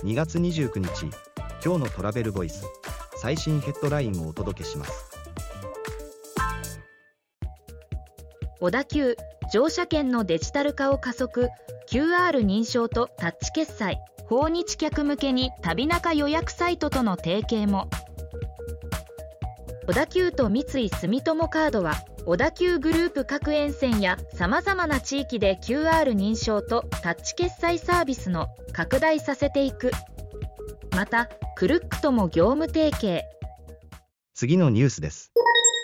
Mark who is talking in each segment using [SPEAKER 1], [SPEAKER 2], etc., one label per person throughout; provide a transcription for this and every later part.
[SPEAKER 1] 2月29日、今日のトラベルボイス、最新ヘッドラインをお届けします。
[SPEAKER 2] 小田急、乗車券のデジタル化を加速、QR 認証とタッチ決済、訪日客向けに旅中予約サイトとの提携も。小田急と三井住友カードは、小田急グループ各沿線やさまざまな地域で QR 認証とタッチ決済サービスの拡大させていく。また、クルックとも業務提携。
[SPEAKER 1] 次のニュースです。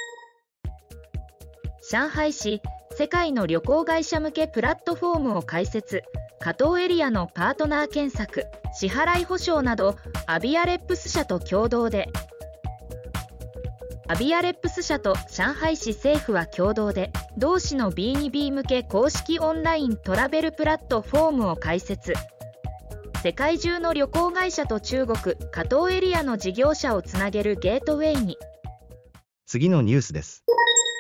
[SPEAKER 2] 上海市、世界の旅行会社向けプラットフォームを開設。加東エリアのパートナー検索、支払い保証など、アビアレップス社と共同で。アビアレップス社と上海市政府は共同で、同市の B2B 向け公式オンライントラベルプラットフォームを開設。世界中の旅行会社と中国、加東エリアの事業者をつなげるゲートウェイに。
[SPEAKER 1] 次のニュースです。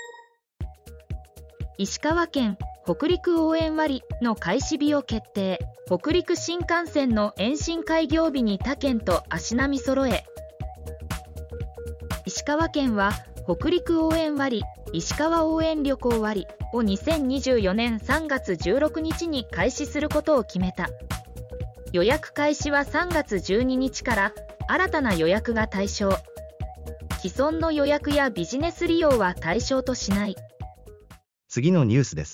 [SPEAKER 2] 石川県、北陸応援割の開始日を決定。北陸新幹線の延伸開業日に他県と足並み揃え。石川県は北陸応援割、石川応援旅行割を2024年3月16日に開始することを決めた。予約開始は3月12日から新たな予約が対象。既存の予約やビジネス利用は対象としない。
[SPEAKER 1] 次のニュースです。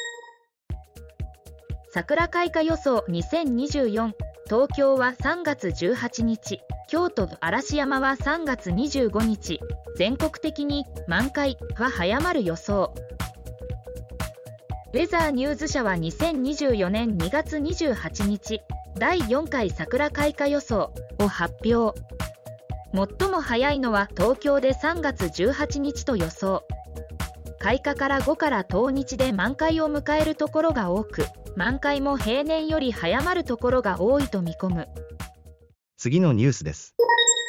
[SPEAKER 2] 桜開花予想2024、東京は3月18日、京都嵐山は3月25日、全国的に満開は早まる予想。ウェザーニューズ社は2024年2月28日、第4回桜開花予想を発表。最も早いのは東京で3月18日と予想。開花から5から10日で満開を迎えるところが多く、満開も平年より早まるところが多いと見込む。
[SPEAKER 1] 次のニュースです。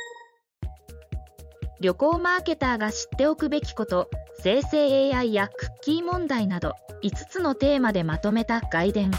[SPEAKER 2] 旅行マーケターが知っておくべきこと、生成 AI やクッキー問題など5つのテーマでまとめた外伝。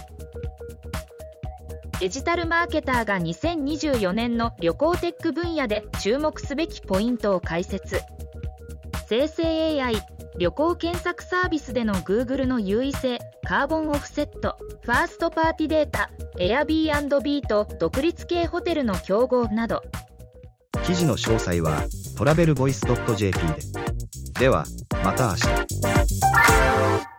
[SPEAKER 2] デジタルマーケターが2024年の旅行テック分野で注目すべきポイントを解説。生成 AI、旅行検索サービスでの Google の優位性、カーボンオフセット、ファーストパーティデータ、Airbnb と独立系ホテルの競合など。
[SPEAKER 1] 記事の詳細はトラベルボイス .jp で。では、また明日。